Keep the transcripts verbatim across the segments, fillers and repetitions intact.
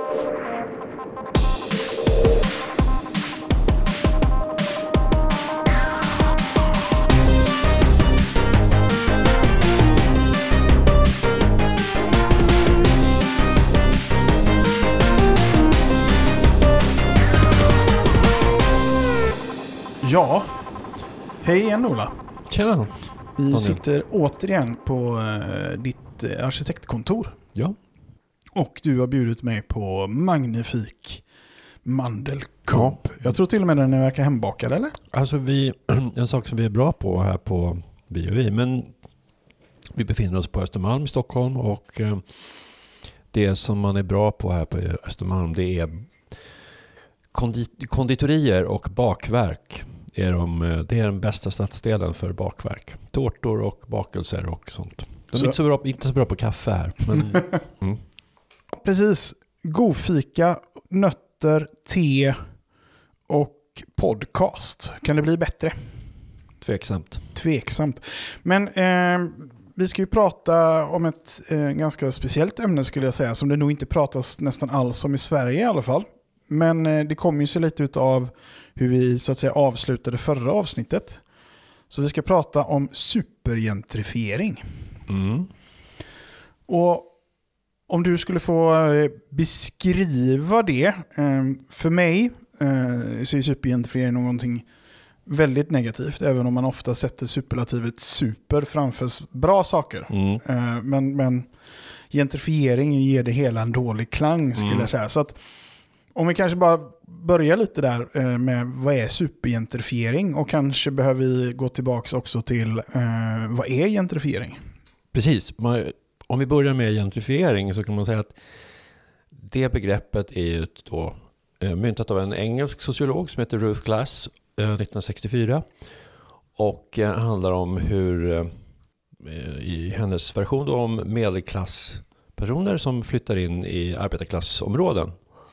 Ja, hej igen Ola. Tjena. Vi Daniel. sitter återigen på uh, ditt uh, arkitektkontor. Ja. Och du har bjudit mig på magnifik mandelkubb. Ja. Jag tror till och med den verkar hembakad, eller? Alltså vi, en sak som vi är bra på här på Vi och Vi, men vi befinner oss på Östermalm i Stockholm och uh, det som man är bra på här på Östermalm, det är kondit- konditorier och bakverk. Är de, det är den bästa stadsdelen för bakverk. Tårtor och bakelser och sånt. De är så. Inte, så bra, inte så bra på kaffe här. Men, mm. Precis. Godfika, nötter, te och podcast. Kan det bli bättre? Tveksamt. Tveksamt. Men eh, vi ska ju prata om ett eh, ganska speciellt ämne skulle jag säga. Som det nog inte pratas nästan alls om i Sverige i alla fall. Men eh, det kommer ju sig lite ut av hur vi så att säga avslutade förra avsnittet. Så vi ska prata om supergentrifiering. Mm. Och om du skulle få beskriva det. För mig så är supergentrifiering någonting väldigt negativt. Även om man ofta sätter superlativet super framför bra saker. Mm. Men, men gentrifiering ger det hela en dålig klang skulle mm. jag säga. Så att om vi kanske bara börjar lite där med vad är supergentrifiering och kanske behöver vi gå tillbaka också till eh, vad är gentrifiering? Precis. Man, om vi börjar med gentrifiering så kan man säga att det begreppet är ju då eh, myntat av en engelsk sociolog som heter Ruth Glass eh, nittonhundrasextiofyra och eh, handlar om hur eh, i hennes version då, om medelklasspersoner som flyttar in i arbetarklassområden.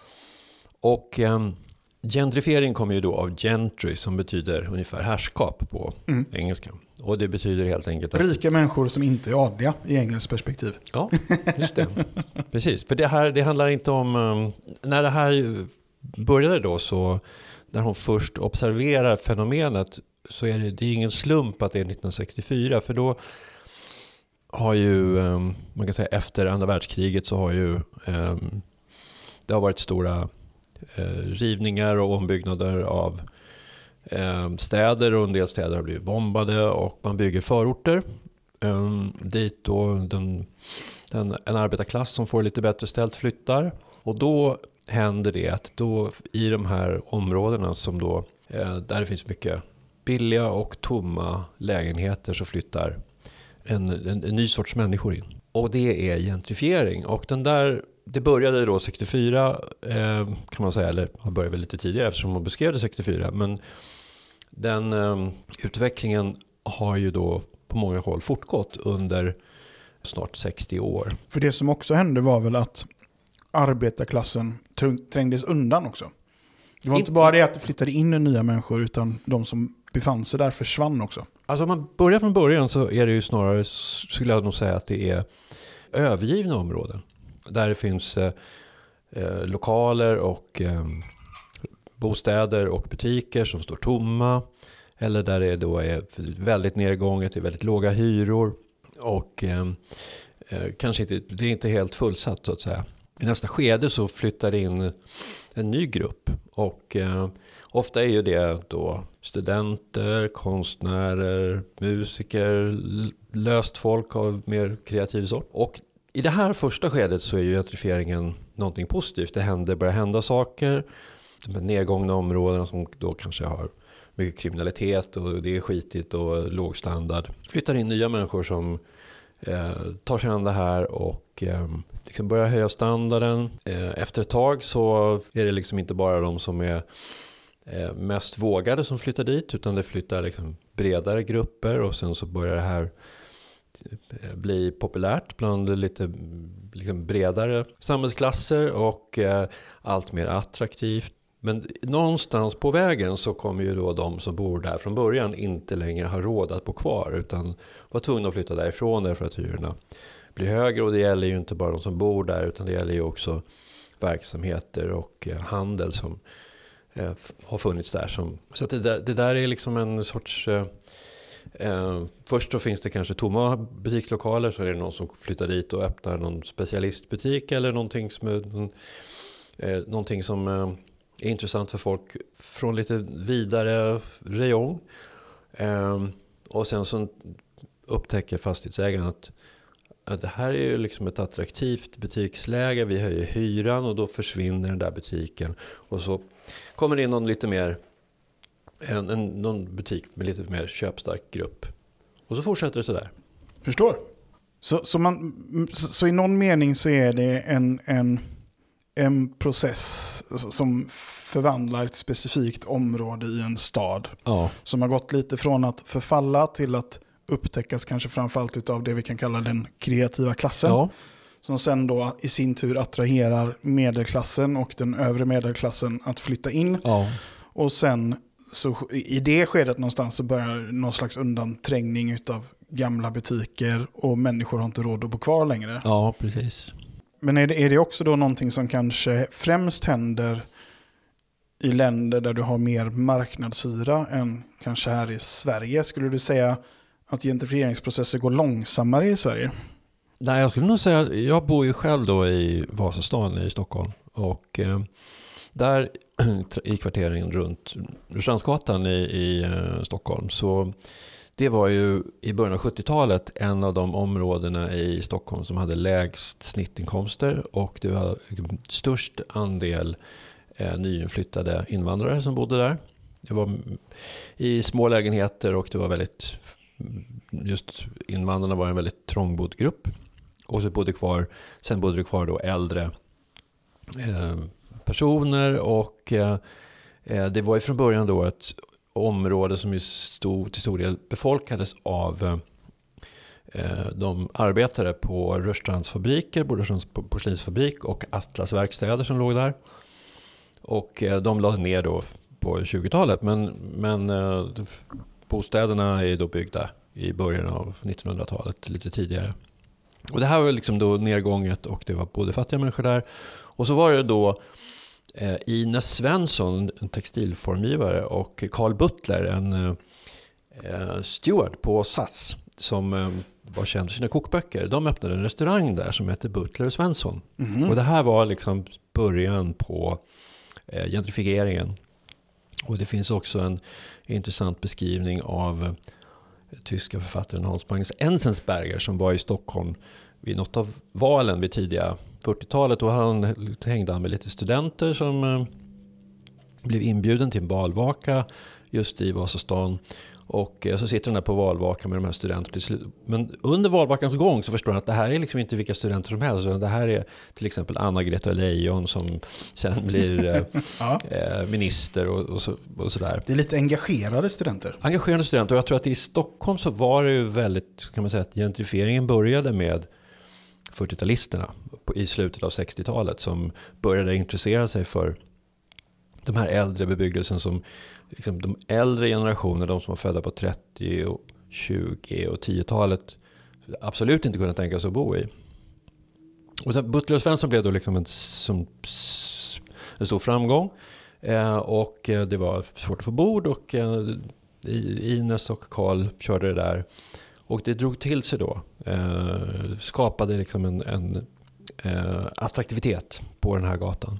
Och eh, gentrifiering kommer ju då av gentry som betyder ungefär härskap på mm. engelska. Och det betyder helt enkelt att... Rika människor som inte är adliga i engelskt perspektiv. Ja, just det. Precis. För det här det handlar inte om... Um, när det här började då så... När hon först observerar fenomenet så är det, det är ingen slump att det är nittonhundrasextiofyra. För då har ju... Um, man kan säga efter andra världskriget så har ju... Um, det har varit stora... Eh, rivningar och ombyggnader av eh, städer och en del städer har blivit bombade och man bygger förorter eh, dit då den, den, en arbetarklass som får lite bättre ställt flyttar och då händer det att då i de här områdena som då eh, där det finns mycket billiga och tomma lägenheter så flyttar en, en, en ny sorts människor in och det är gentrifiering och den där det började då sextiofyra eh, kan man säga, eller har börjat väl lite tidigare eftersom man beskrev det sextiofyra. Men den eh, utvecklingen har ju då på många håll fortgått under snart sextio år. För det som också hände var väl att arbetarklassen trängdes undan också. Det var inte bara det att det flyttade in nya människor utan de som befann sig där försvann också. Alltså om man börjar från början så är det ju snarare, skulle jag nog säga att det är övergivna områden. Där det finns eh, lokaler och eh, bostäder och butiker som står tomma. Eller där det då är väldigt nedgånget, det är väldigt låga hyror. Och eh, kanske inte, det är inte helt fullsatt så att säga. I nästa skede så flyttar det in en ny grupp. Och eh, ofta är ju det då studenter, konstnärer, musiker, löst folk av mer kreativ sort. Och i det här första skedet så är ju gentrifieringen någonting positivt. Det händer, börjar hända saker. De här nedgångna områden som då kanske har mycket kriminalitet och det är skitigt och låg standard. Flyttar in nya människor som eh, tar sig an det här och eh, liksom börjar höja standarden. Eh, efter ett tag så är det liksom inte bara de som är eh, mest vågade som flyttar dit utan det flyttar liksom bredare grupper och sen så börjar det här bli populärt bland lite liksom bredare samhällsklasser och eh, allt mer attraktivt. Men någonstans på vägen så kommer ju då de som bor där från början inte längre ha råd att bo kvar utan var tvungna att flytta därifrån därför att hyrorna blir högre och det gäller ju inte bara de som bor där utan det gäller ju också verksamheter och eh, handel som eh, f- har funnits där. Som, så att det, där, det där är liksom en sorts... Eh, eh, först så finns det kanske tomma butikslokaler, så är det någon som flyttar dit och öppnar någon specialistbutik eller någonting som är, eh, någonting som eh, är intressant för folk från lite vidare räjong. Eh, och sen så upptäcker fastighetsägaren att, att det här är ju liksom ett attraktivt butiksläge. Vi höjer hyran och då försvinner den där butiken. Och så kommer det in någon lite mer, en, en, någon butik med lite mer köpstark grupp. Och så fortsätter det sådär. Förstår. Så, så, man, så, så i någon mening så är det en, en, en process som förvandlar ett specifikt område i en stad. Ja. Som har gått lite från att förfalla till att upptäckas kanske framförallt av det vi kan kalla den kreativa klassen. Ja. Som sen då i sin tur attraherar medelklassen och den övre medelklassen att flytta in. Ja. Och sen så i det skedet någonstans så börjar någon slags undanträngning utav gamla butiker och människor har inte råd att bo kvar längre. Ja, precis. Men är det, är det också då någonting som kanske främst händer i länder där du har mer marknadshyra än kanske här i Sverige? Skulle du säga att gentrifieringsprocesser går långsammare i Sverige? Nej, jag skulle nog säga, jag bor ju själv då i Vasastan i Stockholm. Och eh, där i kvarteringen runt Rörstrandsgatan i, i eh, Stockholm, så det var ju i början av sjuttiotalet en av de områdena i Stockholm som hade lägst snittinkomster, och det var störst andel eh, nyinflyttade invandrare som bodde där. Det var i små lägenheter och det var väldigt, just invandrarna var en väldigt trångbodd grupp. Och så bodde kvar, sen bodde det kvar då äldre eh, personer, och eh, det var ju från början då ett område som ju stod till stor del befolkades av eh, de arbetare på Rörstrandsfabriker, både Rörstrands porslinsfabrik och Atlas verkstäder som låg där. Och eh, de lade ner då på tjugotalet, men, men eh, bostäderna är då byggda i början av nittonhundratalet, lite tidigare. Och det här var liksom då nedgånget, och det var både fattiga människor där. Och så var det då eh, Ines Svensson, en textilformgivare, och Carl Butler, en eh, steward på S A S, som eh, var känd för sina kokböcker. De öppnade en restaurang där som heter Butler och Svensson. Mm. Och det här var liksom början på eh, gentrifieringen. Och det finns också en intressant beskrivning av eh, tyska författaren Hans Magnus Enzensberger, som var i Stockholm vid något av valen vid tidiga fyrtiotalet. Och han hängde han med lite studenter som eh, blev inbjuden till en valvaka just i Vasastan. Och eh, så sitter han där på valvaka med de här studenterna. Men under valvakans gång så förstår han att det här är liksom inte vilka studenter som helst. Det här är till exempel Anna-Greta Leijon som sen blir eh, ja. eh, minister och, och, så, och sådär. Det är lite engagerade studenter. Engagerade studenter. Och jag tror att i Stockholm så var det ju väldigt, kan man säga, att gentrifieringen började med fyrtiotalisterna i slutet av sextiotalet, som började intressera sig för de här äldre bebyggelsen, som liksom de äldre generationer, de som var födda på trettio, och tjugo och tiotalet, absolut inte kunde tänka sig att bo i. Och sen Butler och Svensson blev då liksom en, som, en stor framgång, eh, och det var svårt att få bord, och eh, Ines och Carl körde det där. Och det drog till sig då, eh, skapade liksom en, en eh, attraktivitet på den här gatan.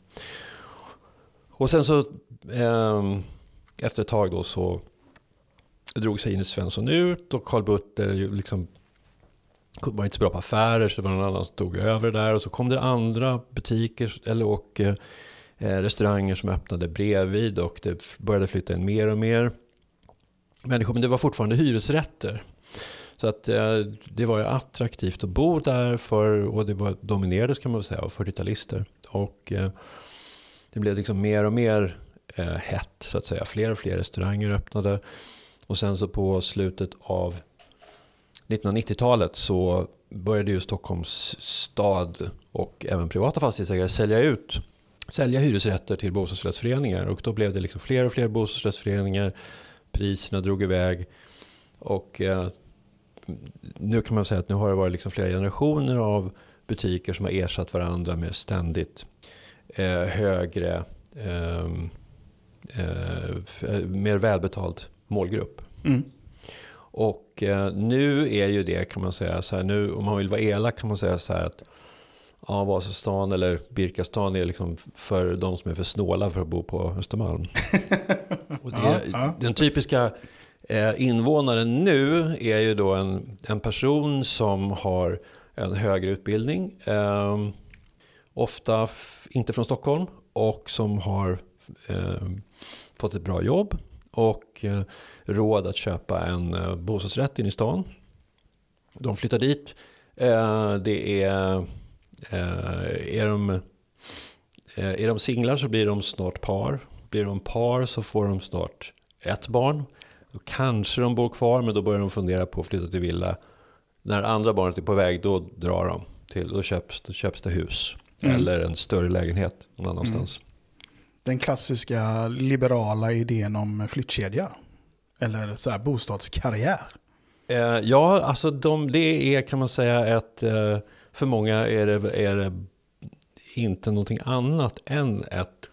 Och sen så eh, efter ett tag då så drog sig Ines Svensson ut, och Carl Butler liksom var inte så bra på affärer, så det var någon annan som tog över där. Och så kom det andra butiker eller, och eh, restauranger som öppnade bredvid, och det började flytta in mer och mer människor, men det var fortfarande hyresrätter. Så att eh, det var ju attraktivt att bo där, för, och det var dominerades kan man väl säga av fyrtiotalister. Och eh, det blev liksom mer och mer eh, hett så att säga. Fler och fler restauranger öppnade. Och sen så på slutet av nittonhundranittiotalet så började ju Stockholms stad och även privata fastighetsägare sälja ut, sälja hyresrätter till bostadsrättsföreningar. Och då blev det liksom fler och fler bostadsrättsföreningar. Priserna drog iväg. Och eh, nu kan man säga att nu har det varit liksom flera generationer av butiker som har ersatt varandra med ständigt eh, högre, eh, eh, mer välbetald målgrupp. Mm. Och eh, nu är ju det, kan man säga så här, nu om man vill vara elak kan man säga så här att ja, Vasastan eller Birkastan är liksom för de som är för snåla för att bo på Östermalm. Och det, ja, ja. Den typiska eh, invånaren nu är ju då en, en person som har en högre utbildning, eh, ofta f- inte från Stockholm, och som har eh, fått ett bra jobb och eh, råd att köpa en eh, bostadsrätt in i stan. De flyttar dit. Eh, det är, eh, är, de, eh, är de singlar så blir de snart par. Blir de par så får de snart ett barn. Då kanske de bor kvar, men då börjar de fundera på att flytta till villa. När andra barnet är på väg, då drar de till, då köps, då köps det hus. Mm. Eller en större lägenhet någon annanstans. Mm. Den klassiska liberala idén om flyttkedja. Eller så här bostadskarriär. Eh, ja, alltså de, det är, kan man säga, ett, eh, för många är det, är det inte någonting annat än ett,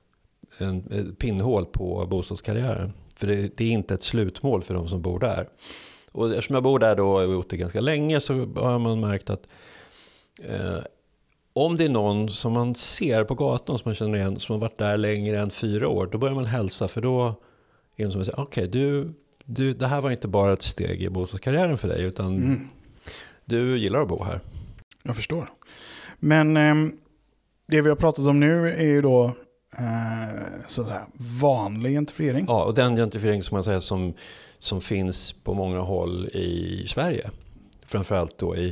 en, ett pinnhål på bostadskarriären. För det, det är inte ett slutmål för de som bor där. Och eftersom jag bor där då och har gjort det ganska länge, så har man märkt att eh, om det är någon som man ser på gatan som man känner igen, som har varit där längre än fyra år, då börjar man hälsa, för då är det som att säga, okej, okay, du, du, det här var inte bara ett steg i bostadskarriären för dig, utan mm. du gillar att bo här. Jag förstår. Men eh, det vi har pratat om nu är ju då eh, sådär vanlig gentrifiering. Ja, och den gentrifiering som man säger som, som finns på många håll i Sverige. Framförallt då i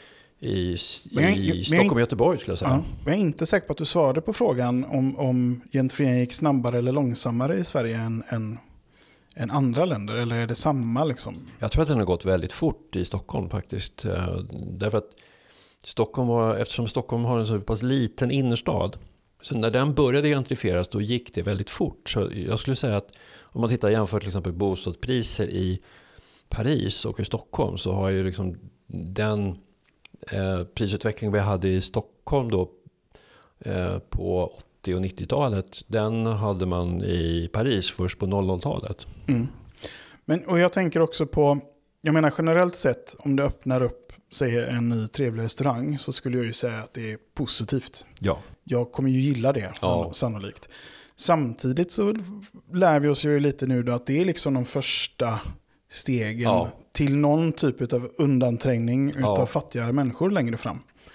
I, jag, i jag, Stockholm jag, och Göteborg skulle jag säga. Ja, jag är inte säker på att du svarade på frågan om, om gentrifieringen gick snabbare eller långsammare i Sverige än, än, än andra länder. Eller är det samma liksom? Jag tror att den har gått väldigt fort i Stockholm faktiskt. Därför att Stockholm var, eftersom Stockholm har en så pass liten innerstad. Så när den började gentrifieras, då gick det väldigt fort. Så jag skulle säga att om man tittar jämfört till exempel bostadspriser i Paris och i Stockholm, så har ju liksom den Eh, prisutveckling vi hade i Stockholm då eh, på åttio- och nittiotalet, den hade man i Paris först på noll noll-talet. Mm. Men, och jag tänker också på, jag menar generellt sett, om det öppnar upp sig en ny trevlig restaurang, så skulle jag ju säga att det är positivt. Ja. Jag kommer ju gilla det, ja. sannolikt. Samtidigt så lär vi oss ju lite nu då att det är liksom de första stegen ja. till någon typ av undanträngning ja. utav fattigare människor längre fram.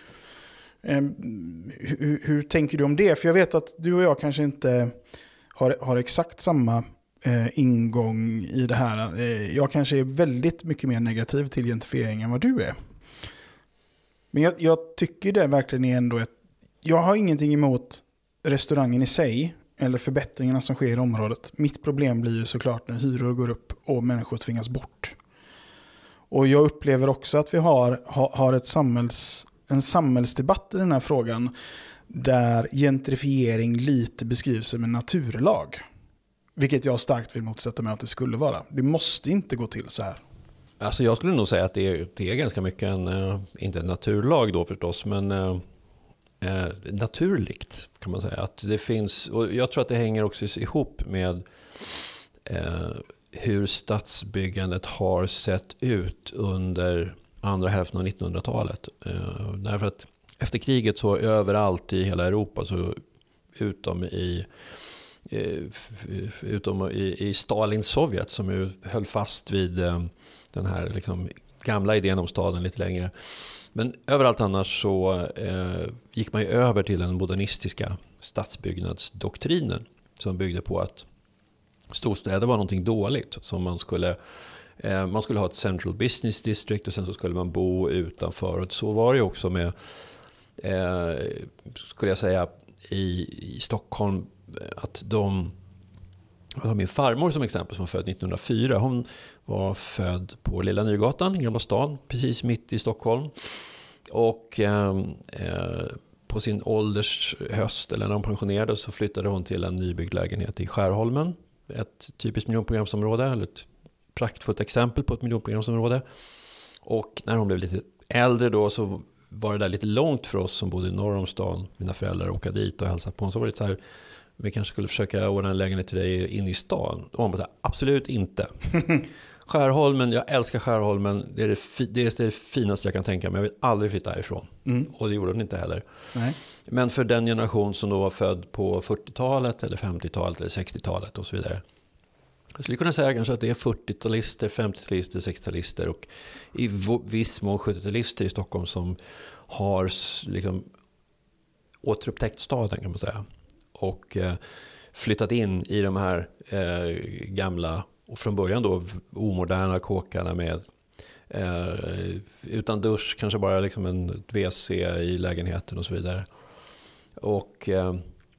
Eh, hur, hur tänker du om det? För jag vet att du och jag kanske inte har, har exakt samma eh, ingång i det här. Eh, jag kanske är väldigt mycket mer negativ till gentrifiering än vad du är. Men jag, jag tycker det verkligen är ändå ett... Jag har ingenting emot restaurangen i sig eller förbättringarna som sker i området. Mitt problem blir ju såklart när hyror går upp och människor tvingas bort. Och jag upplever också att vi har, har ett samhälls, en samhällsdebatt i den här frågan där gentrifiering lite beskrivs som en naturlag. Vilket jag starkt vill motsätta mig att det skulle vara. Det måste inte gå till så här. Alltså jag skulle nog säga att det är, det är ganska mycket en, inte en naturlag då förstås, men Eh, naturligt kan man säga. Att det finns, och jag tror att det hänger också ihop med eh, hur stadsbyggandet har sett ut under andra hälften av nittonhundratalet. Eh, därför att efter kriget så överallt i hela Europa, så utom i eh, utom i, i Stalins Sovjet, som ju höll fast vid eh, den här liksom gamla idén om staden lite längre. Men överallt annars så eh, gick man ju över till den modernistiska stadsbyggnadsdoktrinen som byggde på att storstäder var någonting dåligt. Som man skulle, eh, man skulle ha ett central business district och sen så skulle man bo utanför. Och så var det ju också med, eh, skulle jag säga, i, i Stockholm, att de... Jag har min farmor som exempel som var född nittonhundrafyra. Hon var född på Lilla Nygatan i Gamla stan, precis mitt i Stockholm. Och eh, på sin ålders höst, eller när hon pensionerades, så flyttade hon till en nybyggd lägenhet i Skärholmen. Ett typiskt miljonprogramsområde, eller ett praktfullt exempel på ett miljonprogramsområde. Och när hon blev lite äldre då så var det där lite långt för oss som bodde norr om stan. Mina föräldrar åka dit och hälsa på. Så var det så här, vi kanske skulle försöka ordna en lägenhet till dig in i stan. Och man bara, absolut inte. Skärholmen, jag älskar Skärholmen. Det är det, fi- det är det finaste jag kan tänka mig. Jag vill aldrig flytta härifrån. Mm. Och det gjorde de inte heller. Nej. Men för den generation som då var född på fyrtiotalet eller femtiotalet eller sextiotalet och så vidare. Jag skulle kunna säga kanske att det är fyrtiotalister, femtiotalister, sextiotalister och i viss mån sjuttio-talister i Stockholm som har liksom återupptäckt staden kan man säga. Och eh, flyttat in i de här eh, gamla och från början då omoderna kåkarna med eh, utan dusch, kanske bara liksom en W C i lägenheten och så vidare. Och, eh,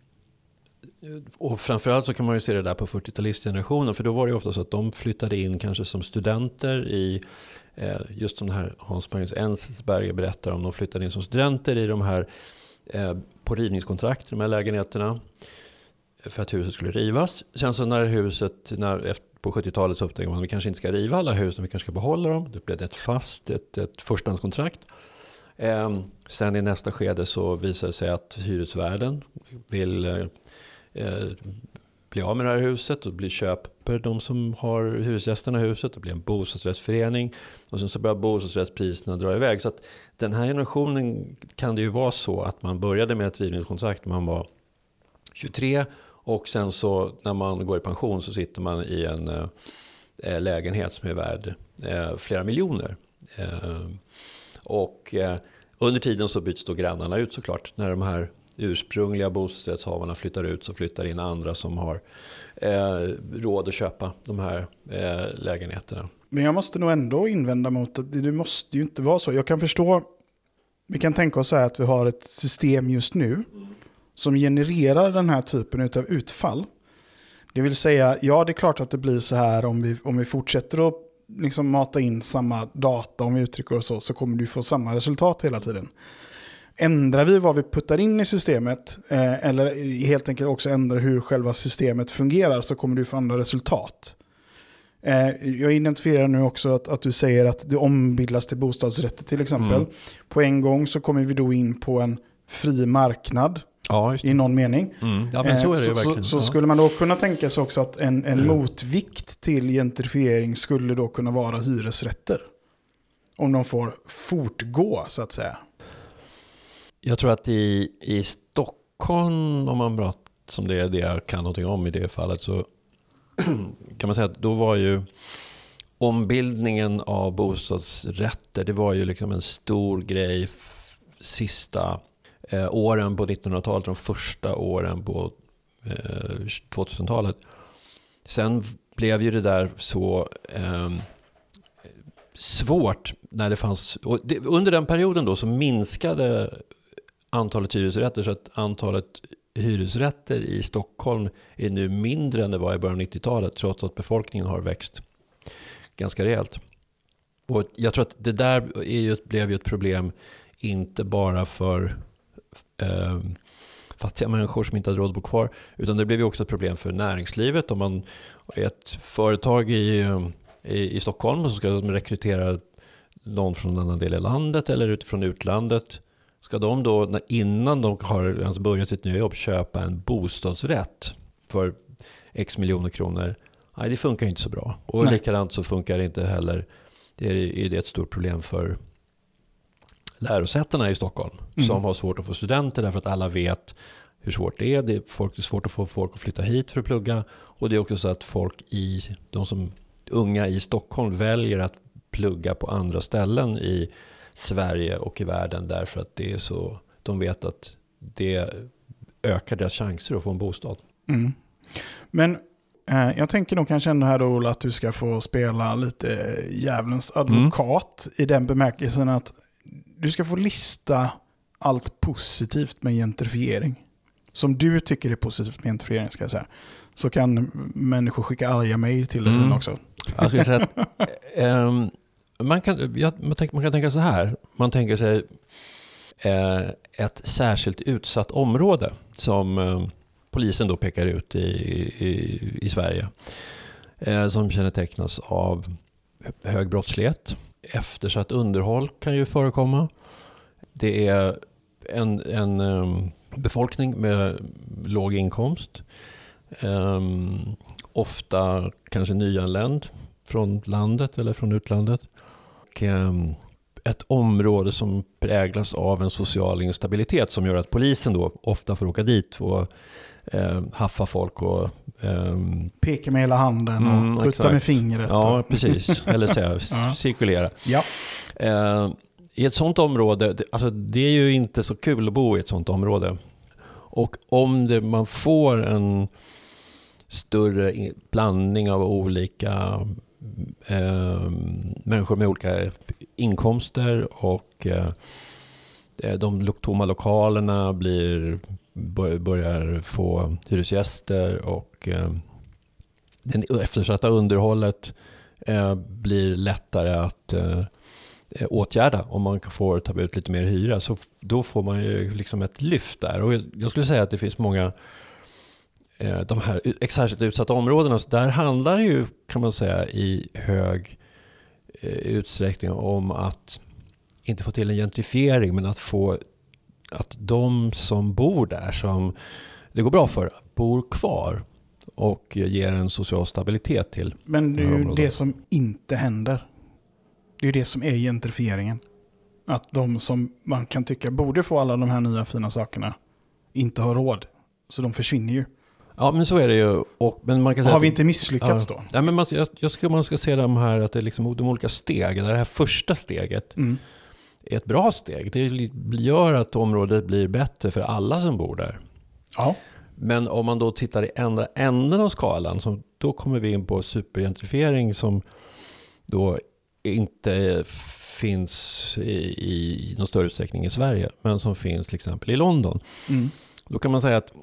och framförallt så kan man ju se det där på fyrtiotalistgenerationen, för då var det ju ofta så att de flyttade in kanske som studenter i eh, just som den här Hans Magnus Enzensberger berättar om, de flyttade in som studenter i de här eh, på rivningskontrakt, de här lägenheterna för att huset skulle rivas. Sen så när huset, när, efter, på sjuttiotalet så upptäckte man att vi kanske inte ska riva alla hus, men vi kanske ska behålla dem. Det blev ett fast, ett, ett förstahandskontrakt. Eh, sen i nästa skede så visar det sig att hyresvärden vill eh, bli av med det här huset och bli köper de som har hyresgästerna i huset. Det blir en bostadsrättsförening och sen så börjar bostadsrättspriserna dra iväg. Så att den här generationen kan det ju vara så att man började med ett rivningskontrakt när man var tjugotre och sen så när man går i pension så sitter man i en eh, lägenhet som är värd eh, flera miljoner. Eh, och eh, under tiden så byts då grannarna ut såklart. När de här ursprungliga bostadsrättshavarna flyttar ut så flyttar in andra som har eh, råd att köpa de här eh, lägenheterna. Men jag måste nog ändå invända mot att det måste ju inte vara så. Jag kan förstå, vi kan tänka oss så här att vi har ett system just nu mm. som genererar den här typen av utfall. Det vill säga, ja det är klart att det blir så här om vi, om vi fortsätter att liksom mata in samma data, om vi uttrycker oss så, så kommer du få samma resultat hela tiden. Ändrar vi vad vi puttar in i systemet eh, eller helt enkelt också ändrar hur själva systemet fungerar så kommer du få andra resultat. Eh, jag identifierar nu också att, att du säger att det ombildas till bostadsrätter till exempel. Mm. På en gång så kommer vi då in på en fri marknad. Ja, i någon mening. Mm. Ja, men så är det ju så, verkligen. Så, så ja. skulle man då kunna tänka sig också att en, en motvikt till gentrifiering skulle då kunna vara hyresrätter. Om de får fortgå så att säga. Jag tror att i, i Stockholm, om man pratar som det är det jag kan någonting om i det fallet, så kan man säga att då var ju ombildningen av bostadsrätter, det var ju liksom en stor grej f- sista eh, åren på nittonhundratalet, de första åren på eh, tvåtusentalet. Sen blev ju det där så eh, svårt när det fanns, och det, under den perioden då så minskade antalet hyresrätter, så att antalet hyresrätter i Stockholm är nu mindre än det var i början av nittiotalet, trots att befolkningen har växt ganska rejält. Och jag tror att det där är ju, blev ju ett problem inte bara för eh, fattiga människor som inte hade råd att bo kvar, utan det blev ju också ett problem för näringslivet. Om man är ett företag i, i, i Stockholm och så ska de rekrytera någon från en annan del av landet eller utifrån utlandet, ska de då innan de har alltså börjat sitt nya jobb köpa en bostadsrätt för x miljoner kronor? Nej, det funkar inte så bra. Och Nej. likadant så funkar det inte heller. Det är, är det ett stort problem för lärosätena i Stockholm mm. som har svårt att få studenter därför att alla vet hur svårt det är. Det är, folk, det är svårt att få folk att flytta hit för att plugga. Och det är också så att folk i, de som unga i Stockholm väljer att plugga på andra ställen i Sverige och i världen därför att det är så, de vet att det ökar deras chanser att få en bostad. Mm. Men eh, jag tänker nog kanske ändå här då, Ola, att du ska få spela lite djävulens advokat mm. i den bemärkelsen att du ska få lista allt positivt med gentrifiering. Som du tycker är positivt med gentrifiering, ska jag säga. Så kan människor skicka arga mejl till dig mm. sen också. Jag skulle säga att um, Man kan, ja, man, tänk, man kan tänka så här. Man tänker sig eh, ett särskilt utsatt område som eh, polisen då pekar ut i, i, i Sverige. Eh, som kännetecknas av hög brottslighet. Eftersatt underhåll kan ju förekomma. Det är en, en um, befolkning med låg inkomst. Um, ofta kanske nyanländ från landet eller från utlandet. Och, um, ett område som präglas av en social instabilitet som gör att polisen då ofta får åka dit och eh, haffa folk och eh, peka med hela handen och mm, skjuta med fingret. Ja, och... precis. Eller säga, ja. cirkulera. Ja. Eh, I ett sånt område, det, alltså det är ju inte så kul att bo i ett sånt område. Och om det, man får en större blandning av olika eh, människor med olika inkomster och eh, de tomma lokalerna blir, börjar få hyresgäster och eh, det eftersatta underhållet eh, blir lättare att eh, åtgärda om man får ta ut lite mer hyra, så då får man ju liksom ett lyft där. Och jag skulle säga att det finns många eh, de här särskilt utsatta områdena, så där handlar det ju, kan man säga, i hög eh, utsträckning om att inte få till en gentrifiering, men att få att de som bor där, som det går bra för, bor kvar och ger en social stabilitet till. Men det är ju det som inte händer. Det är det som är gentrifieringen. Att de som man kan tycka borde få alla de här nya fina sakerna inte har råd. Så de försvinner ju. Ja, men så är det ju. Och, men man kan säga har vi att, inte misslyckats ja, då? Ja, men man, jag, jag ska, man ska se de här, att det är liksom de olika stegen. Det här första steget mm. är ett bra steg. Det gör att området blir bättre för alla som bor där. Ja. Men om man då tittar i andra änden av skalan, så då kommer vi in på supergentrifiering som då inte finns i, i någon större utsträckning i Sverige, men som finns till exempel i London. Mm. Då kan man säga att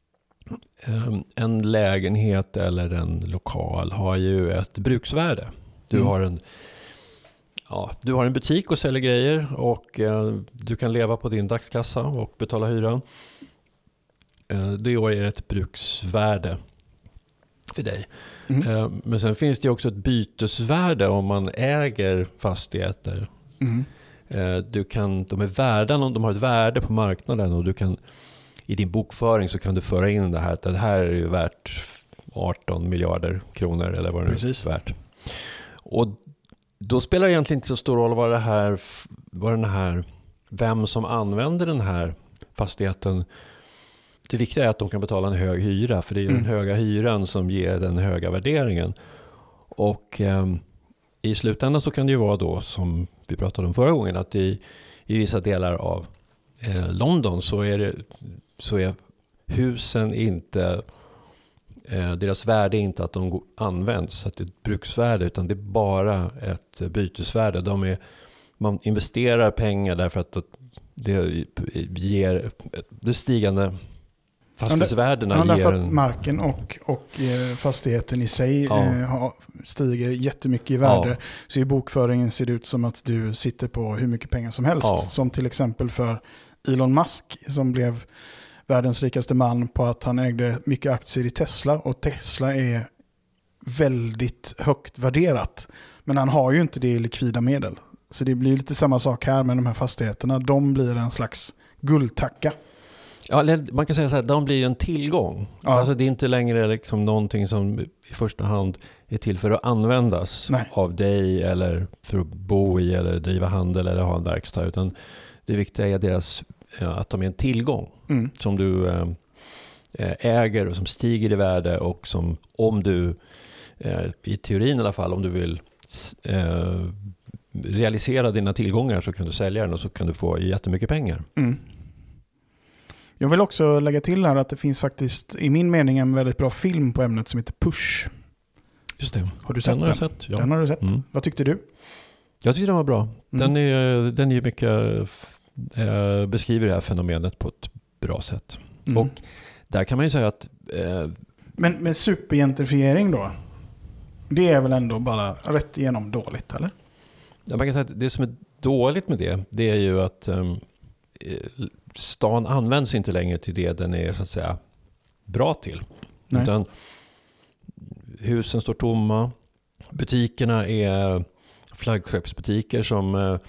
um, en lägenhet eller en lokal har ju ett bruksvärde. Du, mm. har, en, ja, du har en butik och säljer grejer och uh, du kan leva på din dagskassa och betala hyran. Uh, det är ett bruksvärde för dig. Mm. Men sen finns det också ett bytesvärde om man äger fastigheter. Mm. Du kan, de är värda, de har ett värde på marknaden, och du kan i din bokföring så kan du föra in det här att det här är ju värt arton miljarder kronor eller vad det Precis. är värt. Och då spelar det egentligen inte så stor roll vad det här, vad den här, vem som använder den här fastigheten. Det viktiga är att de kan betala en hög hyra, för det är mm. den höga hyran som ger den höga värderingen. Och eh, i slutändan så kan det ju vara då, som vi pratade om förra gången, att i, i vissa delar av eh, London så är, det, så är husen inte, eh, deras värde är inte att de används, att det är ett bruksvärde, utan det är bara ett bytesvärde. De är, man investerar pengar därför att det ger det stigande fastighetsvärdena. Ja, därför ger en... att marken och, och eh, fastigheten i sig ja. eh, har, stiger jättemycket i värde. Ja. Så i bokföringen ser det ut som att du sitter på hur mycket pengar som helst. Ja. Som till exempel för Elon Musk, som blev världens rikaste man på att han ägde mycket aktier i Tesla. Och Tesla är väldigt högt värderat. Men han har ju inte det i likvida medel. Så det blir lite samma sak här med de här fastigheterna. De blir en slags guldtacka. Ja, man kan säga så här, de blir en tillgång. Ja. Alltså det är inte längre liksom någonting som i första hand är till för att användas Nej. av dig, eller för att bo i, eller driva handel eller ha en verkstad, utan det viktiga är deras, att de är en tillgång mm. som du äger och som stiger i värde, och som, om du i teorin i alla fall, om du vill realisera dina tillgångar, så kan du sälja den och så kan du få jättemycket pengar. Mm. Jag vill också lägga till här att det finns faktiskt, i min mening, en väldigt bra film på ämnet som heter Push. Just det. Har du sett den? Har jag sett, ja. Den har du sett. Mm. Vad tyckte du? Jag tyckte den var bra. Den Mm. är, den är ju mycket, äh, beskriver det här fenomenet på ett bra sätt. Mm. Och där kan man ju säga att... Äh, Men med supergentrifiering då? Det är väl ändå bara rätt igenom dåligt, eller? Ja, man kan säga att det som är dåligt med det, det är ju att ähm, stan används inte längre till det den är, så att säga, bra till. Nej. Utan husen står tomma. Butikerna är flaggskeppsbutiker som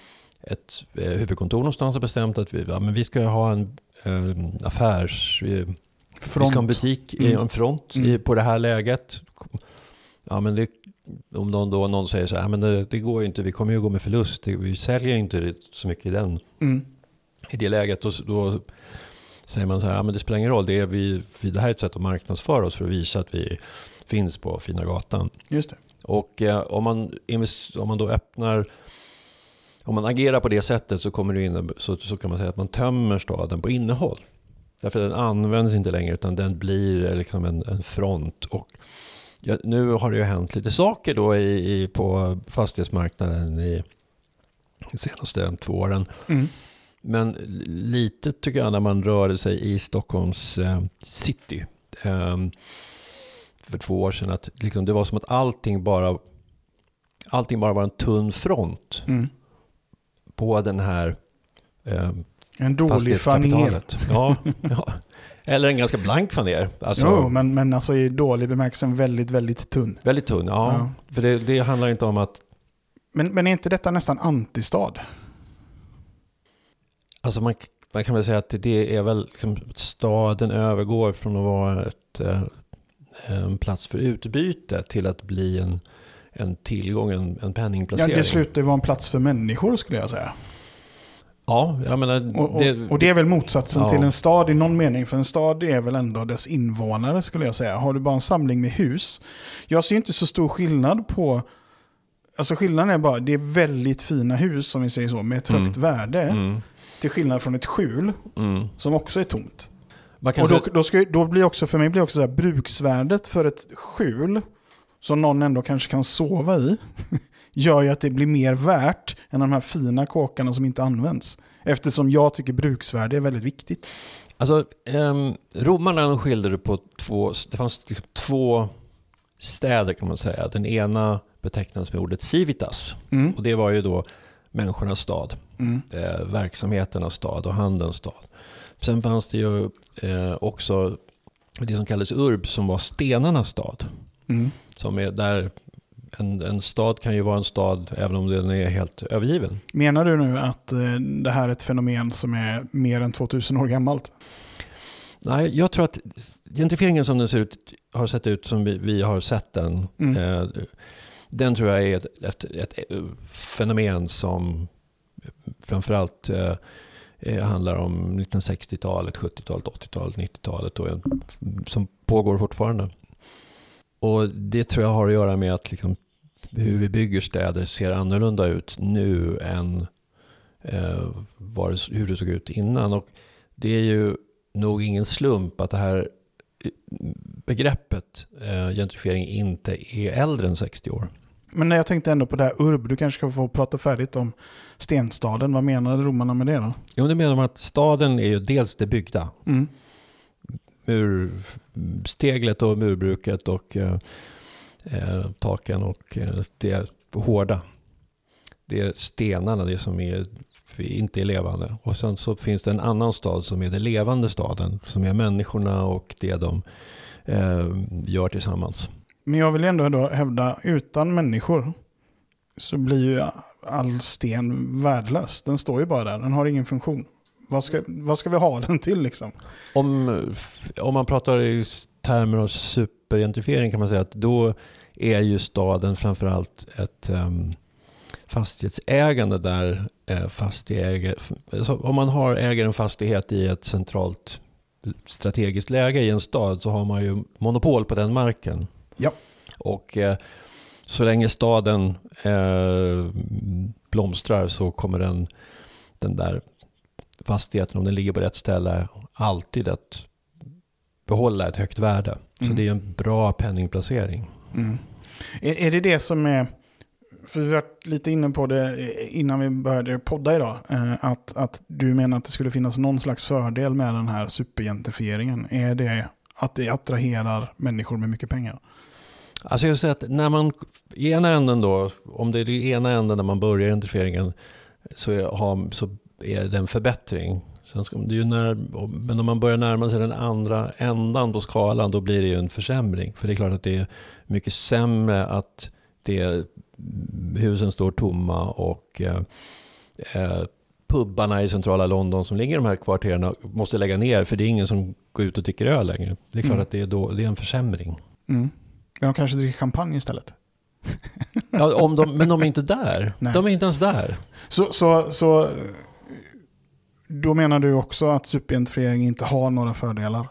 ett eh, huvudkontor någonstans har bestämt att vi, ja, men vi ska ha en eh, affärs... Eh, vi ska ha en butik, mm. i, en front mm. i, på det här läget. Ja, men det, om någon, då, någon säger så här, men det, det går ju inte, vi kommer ju gå med förlust. Det, vi säljer inte så mycket i, den, mm. i det läget. Då, då säger man så här, ja, men det spelar ingen roll. Det, är vi, det här är ett sätt att marknadsföra oss för att visa att vi finns på Fina gatan. Just det. Och eh, om, man, om man då öppnar, om man agerar på det sättet så, kommer det in, så, så kan man säga att man tömmer staden på innehåll. Därför den används inte längre utan den blir liksom en, en front. Och ja, nu har det ju hänt lite saker då i, i, på fastighetsmarknaden i de senaste två åren. Mm. Men lite tycker jag när man rör sig i Stockholms eh, city eh, för två år sedan att liksom, det var som att allting bara allting bara var en tunn front mm. på den här eh, en dålig faner. Ja, ja. Eller en ganska blank faner. Alltså, jo, men, men alltså i dålig bemärkelse väldigt, väldigt tunn. Väldigt tunn, ja. ja. För det, det handlar inte om att... Men, men är inte detta nästan antistad? Alltså man, man kan väl säga att det är väl liksom, staden övergår från att vara ett, en plats för utbyte till att bli en, en tillgång, en, en penningplacering. Ja, det slutar vara en plats för människor skulle jag säga. Ja, jag menar... Och, och, det, och det är väl motsatsen ja. till en stad i någon mening. För en stad är väl ändå dess invånare skulle jag säga. Har du bara en samling med hus. Jag ser inte så stor skillnad på... Alltså skillnaden är bara, det är väldigt fina hus som vi säger så, med ett högt mm. värde. Mm. Till skillnad från ett skjul mm. som också är tomt. Och då, säga... då, ska, då blir också, för mig blir också så här, bruksvärdet för ett skjul som någon ändå kanske kan sova i gör ju att det blir mer värt än de här fina kåkarna som inte används. Eftersom jag tycker bruksvärde är väldigt viktigt. Alltså, eh, romarna skildrade på två, det fanns liksom två städer kan man säga. Den ena betecknas med ordet civitas. Mm. Och det var ju då människornas stad. Mm. Eh, verksamheternas stad och handelns stad. Sen fanns det ju eh, också det som kallades urb som var stenarnas stad. Mm. Som är där en, en stad kan ju vara en stad även om den är helt övergiven. Menar du nu att eh, det här är ett fenomen som är mer än tvåtusen år gammalt? Nej, jag tror att gentrifieringen som den ser ut, har sett ut som vi, vi har sett den. Mm. Eh, den tror jag är ett, ett, ett fenomen som framförallt eh, handlar om nittonhundrasextiotalet, sjuttiotalet, åttiotalet, nittiotalet och som pågår fortfarande. Och det tror jag har att göra med att liksom, hur vi bygger städer ser annorlunda ut nu än eh, var det, hur det såg ut innan. Och det är ju nog ingen slump att det här begreppet eh, gentrifiering inte är äldre än sextio år. Men när jag tänkte ändå på det här urb, du kanske ska få prata färdigt om stenstaden. Vad menade romarna med det då? Jo, det menar man att staden är ju dels det byggda. Mm. Mursteglet och murbruket och eh, taken och eh, det hårda. Det är stenarna, det som är, inte är levande. Och sen så finns det en annan stad som är det levande staden. Som är människorna och det de eh, gör tillsammans. Men jag vill ändå, ändå hävda, utan människor så blir ju all sten värdelös. Den står ju bara där, den har ingen funktion. Vad ska, vad ska vi ha den till liksom? Om, om man pratar i termer av supergentrifiering kan man säga att då är ju staden framförallt ett um, fastighetsägande där eh, fastighetsägare, alltså om man har äger en fastighet i ett centralt strategiskt läge i en stad så har man ju monopol på den marken. Ja. Och eh, så länge staden eh, blomstrar så kommer den, den där fastigheten, om den ligger på rätt ställe, alltid att behålla ett högt värde. Så mm. det är en bra penningplacering. Mm. Är, är det det som är, för vi var lite inne på det innan vi började podda idag, att, att du menar att det skulle finnas någon slags fördel med den här supergentrifieringen. Är det att det attraherar människor med mycket pengar? Alltså jag säger att när man i ena änden då, om det är det ena änden när man börjar gentrifieringen så är, har, så är det en förbättring. Sen ska, det är ju när, men om man börjar närma sig den andra ändan på skalan då blir det ju en försämring. För det är klart att det är mycket sämre att det, husen står tomma och eh, pubbarna i centrala London som ligger i de här kvarterna måste lägga ner för det är ingen som går ut och dricker öl längre. Det är klart mm. att det är, då, det är en försämring. Mm. Men de kanske dricker champagne istället. Ja, om de, men de är inte där. Nej. De är inte ens där. Så, så, så då menar du också att superidentifiering inte har några fördelar?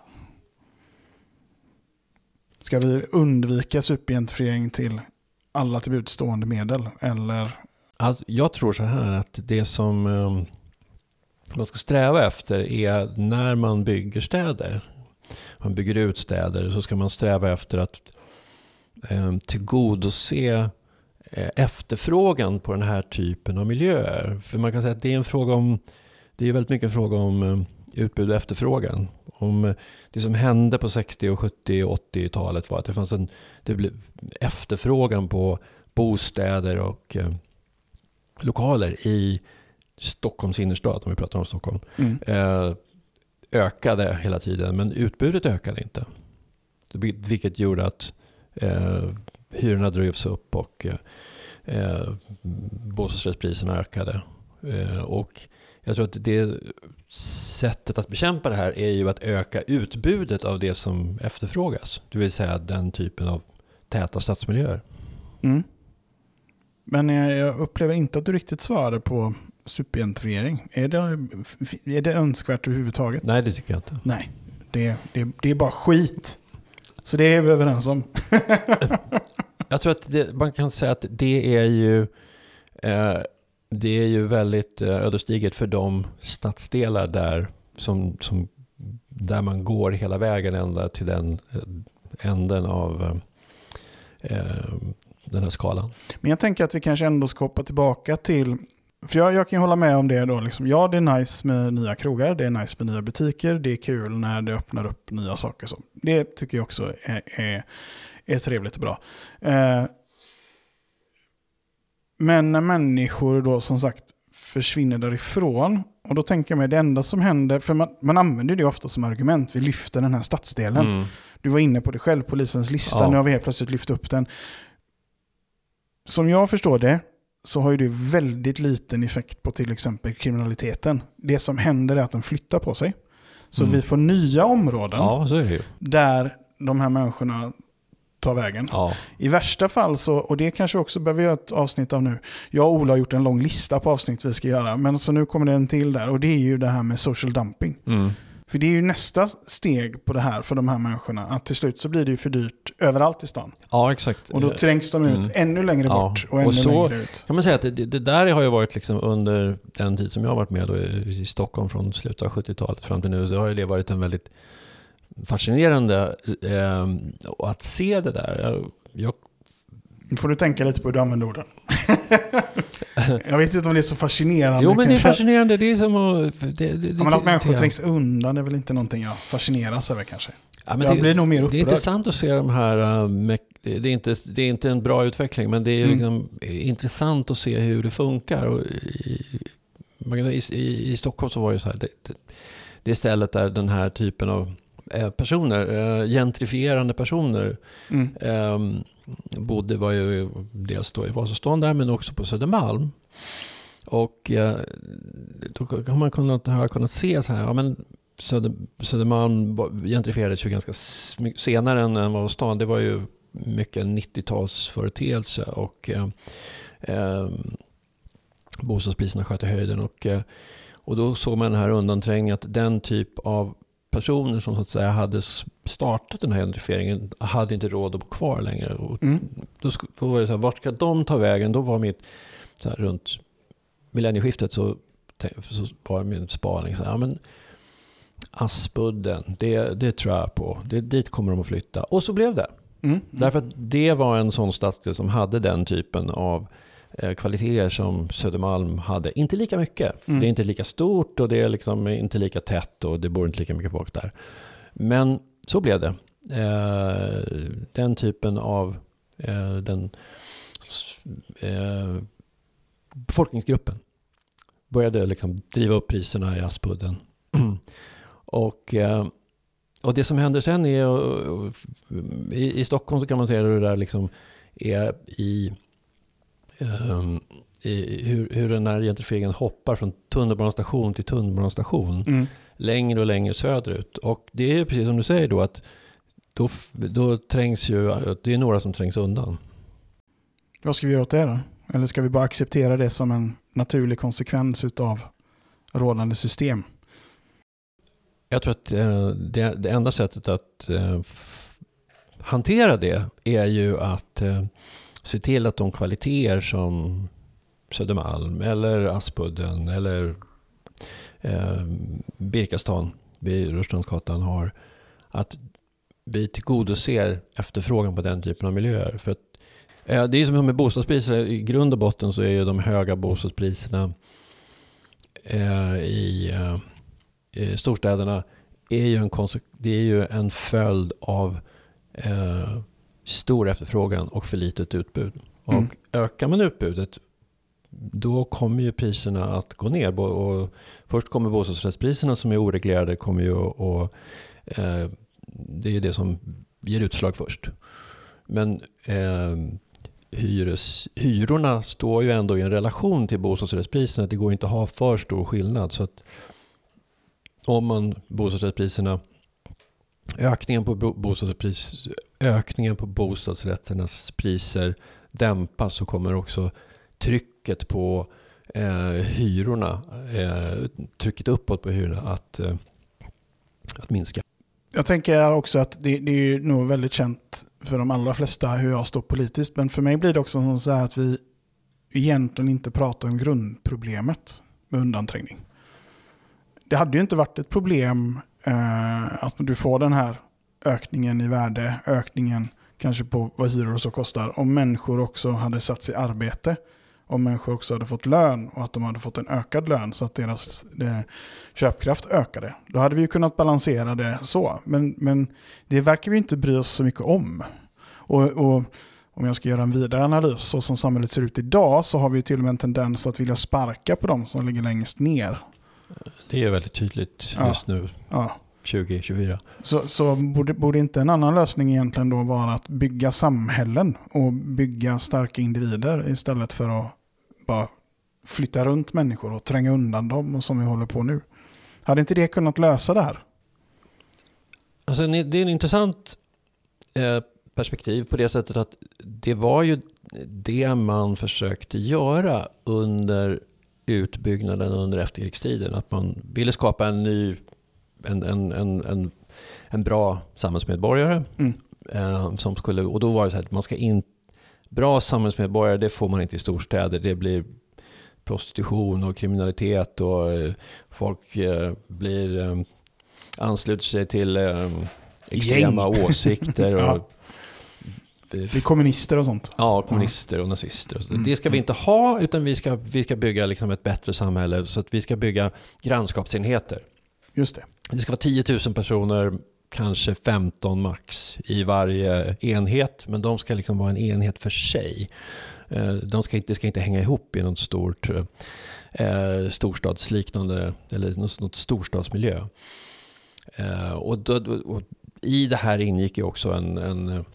Ska vi undvika superidentifiering till alla tillbudstående medel? Eller? Alltså, jag tror så här att det som um, man ska sträva efter är när man bygger städer. Man bygger ut städer så ska man sträva efter att um, tillgodose uh, efterfrågan på den här typen av miljöer. För man kan säga att det är en fråga om, det är väldigt mycket en fråga om um, utbud och efterfrågan. Om det som hände på sextio-, sjuttio- och åttio-talet var att det fanns en det blev efterfrågan på bostäder och eh, lokaler i Stockholms innerstad, om vi pratar om Stockholm, mm. eh, ökade hela tiden, men utbudet ökade inte. Vilket gjorde att eh, hyrorna drevs upp och eh, bostadsrättspriserna ökade. Eh, och jag tror att det sättet att bekämpa det här är ju att öka utbudet av det som efterfrågas. Det vill säga den typen av täta stadsmiljöer. Mm. Men jag upplever inte att du riktigt svarade på superidentifiering. Är det, är det önskvärt överhuvudtaget? Nej, det tycker jag inte. Nej, det, det, det är bara skit. Så det är vi överens om. Jag tror att det, man kan säga att det är ju... Eh, Det är ju väldigt ödesdigert för de stadsdelar där, som, som, där man går hela vägen ända till den änden av eh, den här skalan. Men jag tänker att vi kanske ändå ska hoppa tillbaka till, för jag, jag kan hålla med om det då. Liksom, ja, det är nice med nya krogar, det är nice med nya butiker, det är kul när det öppnar upp nya saker. Så. Det tycker jag också är, är, är trevligt och bra. Eh, Men när människor då som sagt försvinner därifrån, och då tänker jag mig det enda som händer, för man, man använder det ofta som argument, vi lyfter den här stadsdelen. Mm. Du var inne på det själv, polisens lista, ja. Nu har vi helt plötsligt lyft upp den. Som jag förstår det så har ju det väldigt liten effekt på till exempel kriminaliteten. Det som händer är att den flyttar på sig. Så mm. vi får nya områden ja, så är det ju. Där de här människorna ta vägen. Ja. I värsta fall så, och det kanske också behöver göra ett avsnitt av nu. Jag och Ola har gjort en lång lista på avsnitt vi ska göra, men så nu kommer det en till där, och det är ju det här med social dumping. Mm. För det är ju nästa steg på det här för de här människorna, att till slut så blir det ju för dyrt överallt i stan. Ja, exakt. Och då trängs de ut mm. ännu längre ja. bort och ännu och så längre ut. Kan man säga att det, det där har ju varit liksom under den tid som jag har varit med då i Stockholm från slutet av sjuttiotalet fram till nu, så har det varit en väldigt fascinerande eh, att se det där. Jag, jag... Nu får du tänka lite på hur du använder orden. Jag vet inte om det är så fascinerande. Jo, men kanske. Det är fascinerande. Det är som att... Det, det, det, ja, men att människor det, trängs undan är väl inte någonting jag fascineras över kanske. Ja, men jag det, blir nog mer upprörd. Det är intressant att se de här... Uh, det, är inte, det är inte en bra utveckling, men det är mm. liksom intressant att se hur det funkar. Och i, i, i, I Stockholm så var det så här... Det, det, det är stället där den här typen av personer, äh, gentrifierande personer mm. äh, bodde var ju dels då i Vasastan där, men också på Södermalm. Och äh, då har man kunnat, har kunnat se så här, ja men Söder, Södermalm gentrifierades ju ganska senare än, än Vasastan. Det var ju mycket en nittiotalsföreteelse och äh, äh, bostadspriserna sköt i höjden och, äh, och då såg man den här undanträng att den typ av personer som så att säga hade startat den här gentrifieringen hade inte råd att bo kvar längre. Och mm. då, då var det så här, vart ska de ta vägen? Då var mitt, så här, runt millennieskiftet så, så var min spaning så här, ja men Aspudden, det, det tror jag på. Det, dit kommer de att flytta. Och så blev det. Mm. Därför att det var en sån stadsdel som hade den typen av kvaliteter som Södermalm hade. Inte lika mycket. För mm. det är inte lika stort och det är liksom inte lika tätt och det bor inte lika mycket folk där. Men så blev det. Eh, den typen av eh, den eh, befolkningsgruppen började liksom driva upp priserna i Aspudden. och, eh, och det som händer sen är och, och, i, i Stockholm så kan man säga hur det där liksom är i eh, i, hur, hur den här gentrifieringen hoppar från tunnelbanestation till tunnelbanestation. Mm. Längre och längre söderut. Och det är precis som du säger då att då, då trängs ju, det är några som trängs undan. Vad ska vi göra åt det då? Eller ska vi bara acceptera det som en naturlig konsekvens utav rådande system? Jag tror att eh, det, det enda sättet att eh, f- hantera det är ju att eh, se till att de kvaliteter som Södermalm eller Aspudden eller eh, Birkastan vid Rörstrandsgatan har, att vi tillgodoser efterfrågan på den typen av miljöer. För att, eh, det är som med bostadspriser, i grund och botten så är ju de höga bostadspriserna eh, i, eh, i storstäderna är ju en, konsek- det är ju en följd av eh, stor efterfrågan och för litet utbud. Och mm. ökar man utbudet, då kommer ju priserna att gå ner. Och först kommer bostadsrättspriserna som är oreglerade, kommer ju och eh, det är det som ger utslag först. Men eh, hyres, hyrorna står ju ändå i en relation till bostadsrättspriserna. Det går inte att ha för stor skillnad. Så att om man bostadsrättspriserna ökningen på bostadsrättspris, ökningen på bostadsrätternas priser dämpas, så kommer också trycket på eh, hyrorna, eh, trycket uppåt på hyrorna att, eh, att minska. Jag tänker också att det, det är nog väldigt känt för de allra flesta hur jag står politiskt, men för mig blir det också så här att vi egentligen inte pratar om grundproblemet med undanträngning. Det hade ju inte varit ett problem eh, att du får den här ökningen i värde, ökningen kanske på vad hyror och så kostar, om människor också hade satt sig i arbete, om människor också hade fått lön och att de hade fått en ökad lön så att deras det, köpkraft ökade. Då hade vi ju kunnat balansera det så. Men, men det verkar vi inte bry oss så mycket om. Och, och om jag ska göra en vidare analys, så som samhället ser ut idag, så har vi till och med en tendens att vilja sparka på dem som ligger längst ner. Det är väldigt tydligt just ja. nu. Ja. tjugo tjugofyra. Så, så borde, borde inte en annan lösning egentligen då vara att bygga samhällen och bygga starka individer istället för att bara flytta runt människor och tränga undan dem, och som vi håller på nu? Hade inte det kunnat lösa det här? Alltså, det är en intressant eh, perspektiv på det sättet att det var ju det man försökte göra under utbyggnaden under efterkrigstiden. Att man ville skapa en ny En, en, en, en, en bra samhällsmedborgare mm. eh, som skulle, och då var det så här att man ska in, bra samhällsmedborgare, det får man inte i storstäder. Det blir prostitution och kriminalitet och eh, folk eh, blir eh, ansluter sig till eh, extrema Gäng. åsikter och ja. Det är kommunister och sånt. Ja, kommunister och nazister. Och mm. Det ska vi inte ha, utan vi ska, vi ska bygga liksom ett bättre samhälle, så att vi ska bygga grannskapsenheter. Just det. Det ska vara tio tusen personer, kanske femton max i varje enhet, men de ska liksom vara en enhet för sig. De ska inte, det ska inte hänga ihop i något stort eh, storstadsliknande eller något, något storstadsmiljö. Eh, och, då, och i det här ingick ju också en, en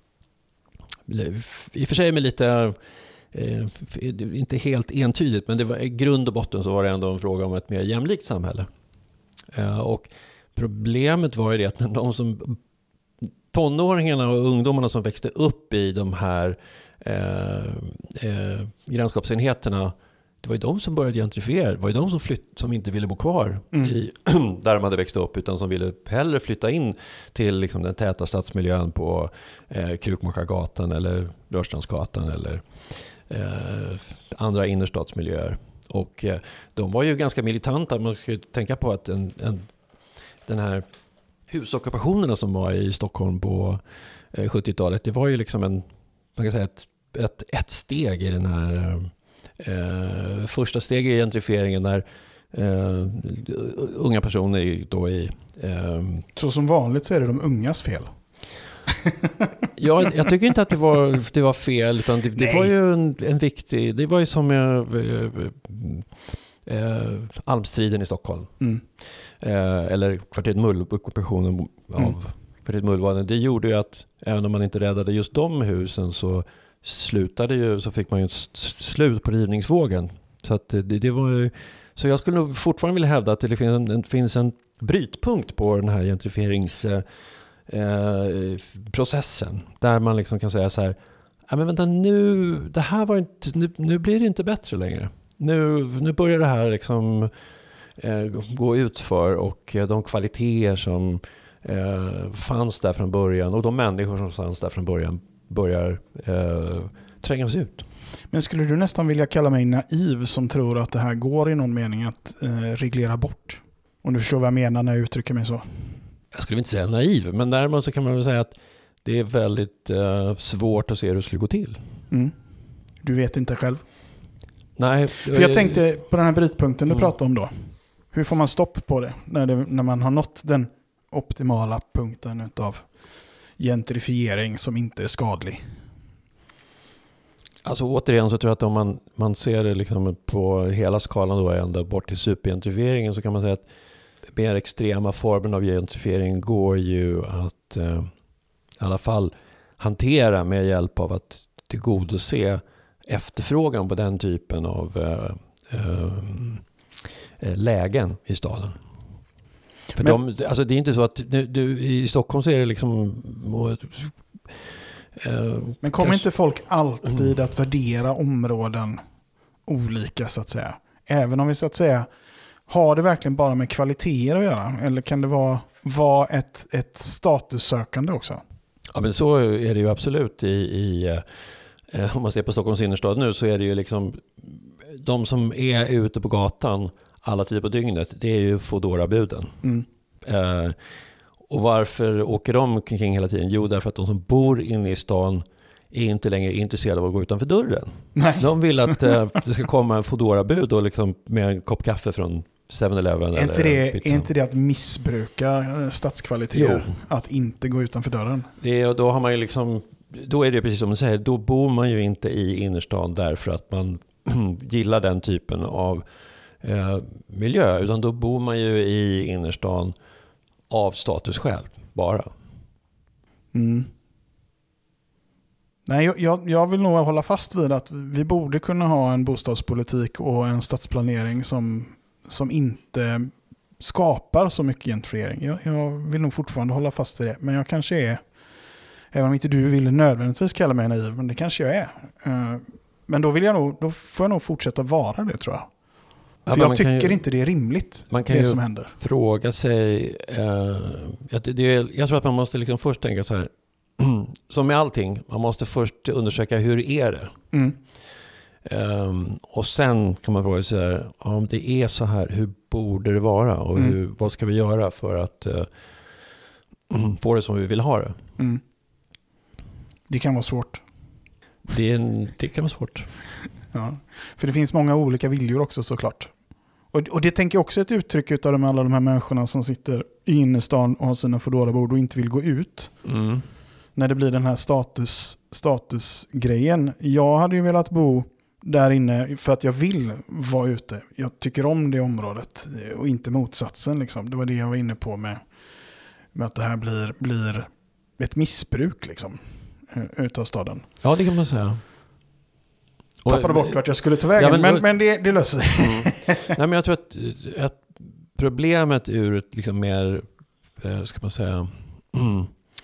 i och för sig med lite eh, inte helt entydigt, men det var, i grund och botten så var det ändå en fråga om ett mer jämlikt samhälle. Uh, och problemet var ju det att när de som tonåringarna och ungdomarna som växte upp i de här uh, uh, grannskapsenheterna, det var ju de som började gentrifiera. Det var ju de som, flytt, som inte ville bo kvar mm. i, där de hade växt upp, utan som ville hellre flytta in till liksom, den täta stadsmiljön på uh, Krukmakargatan eller Rörstrandsgatan eller uh, andra innerstadsmiljöer. Och eh, de var ju ganska militanta. Man ska ju tänka på att en, en, den här husockupationerna som var i Stockholm på eh, sjuttiotalet, det var ju liksom en, man kan säga ett, ett, ett steg i den här eh, första steget i gentrifieringen där eh, unga personer då i... Eh, så som vanligt så är det de ungas fel. Ja, jag tycker inte att det var, det var fel, utan det, det var ju en, en viktig, det var ju som eh, eh, Almstriden i Stockholm mm. eh, eller kvarteret Mull, ockupationen av mm. kvarteret Mullvaden. Det gjorde ju att även om man inte räddade just de husen, så slutade ju, så fick man ju ett slut på rivningsvågen. Så, att det, det var ju, så jag skulle nog fortfarande vilja hävda att det finns en, det finns en brytpunkt på den här gentrifieringsprocessen. Eh, där man liksom kan säga så här, ja men vänta nu, det här var inte, nu, nu blir det inte bättre längre. Nu, nu börjar det här liksom eh, gå ut för och eh, de kvaliteter som eh, fanns där från början och de människor som fanns där från början börjar eh, trängas ut. Men skulle du nästan vilja kalla mig naiv som tror att det här går i någon mening att eh, reglera bort? Om du förstår vad jag menar när jag uttrycker mig så. Jag skulle inte säga naiv, men däremot så kan man väl säga att det är väldigt eh, svårt att se hur det skulle gå till. Mm. Du vet inte själv? Nej. För jag tänkte på den här brytpunkten du mm. pratade om då. Hur får man stopp på det när, det när man har nått den optimala punkten utav gentrifiering som inte är skadlig? Alltså återigen så tror jag att om man, man ser det liksom på hela skalan då ända bort till supergentrifieringen, så kan man säga att mer extrema formen av gentrifiering går ju att eh, i alla fall hantera med hjälp av att tillgodose efterfrågan på den typen av eh, eh, lägen i staden. För Men, de, alltså det är inte så att du, du, i Stockholm så är det liksom eh, men kommer kanske inte folk alltid att värdera områden olika så att säga? Även om vi så att säga har det verkligen bara med kvaliteter att göra? Eller kan det vara, vara ett, ett statussökande också? Ja, men så är det ju absolut i, i eh, om man ser på Stockholms innerstad nu, så är det ju liksom de som är ute på gatan alla tider på dygnet, det är ju Foodora-buden. Mm. Eh, och varför åker de kring hela tiden? Jo, därför att de som bor inne i stan är inte längre intresserade av att gå utanför dörren. Nej. De vill att eh, det ska komma en Foodora-bud och liksom med en kopp kaffe från seven eleven. Är inte, det, är inte det att missbruka stadskvaliteter? Jo. Att inte gå utanför dörren? Det, och då har man ju liksom, då är det precis som du säger, då bor man ju inte i innerstan därför att man gillar den typen av eh, miljö, utan då bor man ju i innerstan av statusskäl bara. Mm. Nej, jag, jag vill nog hålla fast vid att vi borde kunna ha en bostadspolitik och en stadsplanering som, som inte skapar så mycket gentrifiering. Jag, jag vill nog fortfarande hålla fast vid det. Men jag kanske är, även om inte du vill nödvändigtvis kalla mig naiv, men det kanske jag är. Men då, vill jag nog, då får jag nog fortsätta vara det, tror jag. Ja, för jag tycker ju, inte det är rimligt, man kan det ju som händer. Fråga sig, eh, det, det, jag tror att man måste liksom först tänka så här, som med allting, man måste först undersöka hur är det. Mm. Um, och sen kan man fråga sig här, om det är så här, hur borde det vara? Och mm. hur, vad ska vi göra för att uh, få det som vi vill ha det? Mm. Det kan vara svårt. Det, det kan vara svårt. Ja, för det finns många olika viljor också såklart. Och, och det tänker jag också ett uttryck utav de, alla de här människorna som sitter i innerstan och har sina Foodora-bord och inte vill gå ut. Mm. När det blir den här status, statusgrejen. Jag hade ju velat bo där inne för att jag vill vara ute. Jag tycker om det området och inte motsatsen. Liksom. Det var det jag var inne på med, med att det här blir, blir ett missbruk liksom, utav staden. Ja, det kan man säga. Tappade bort vart jag skulle ta vägen, ja, men, men, men det, det löser sig. Mm. Nej, men jag tror att, att problemet ur ett liksom mer, ska man säga, mm,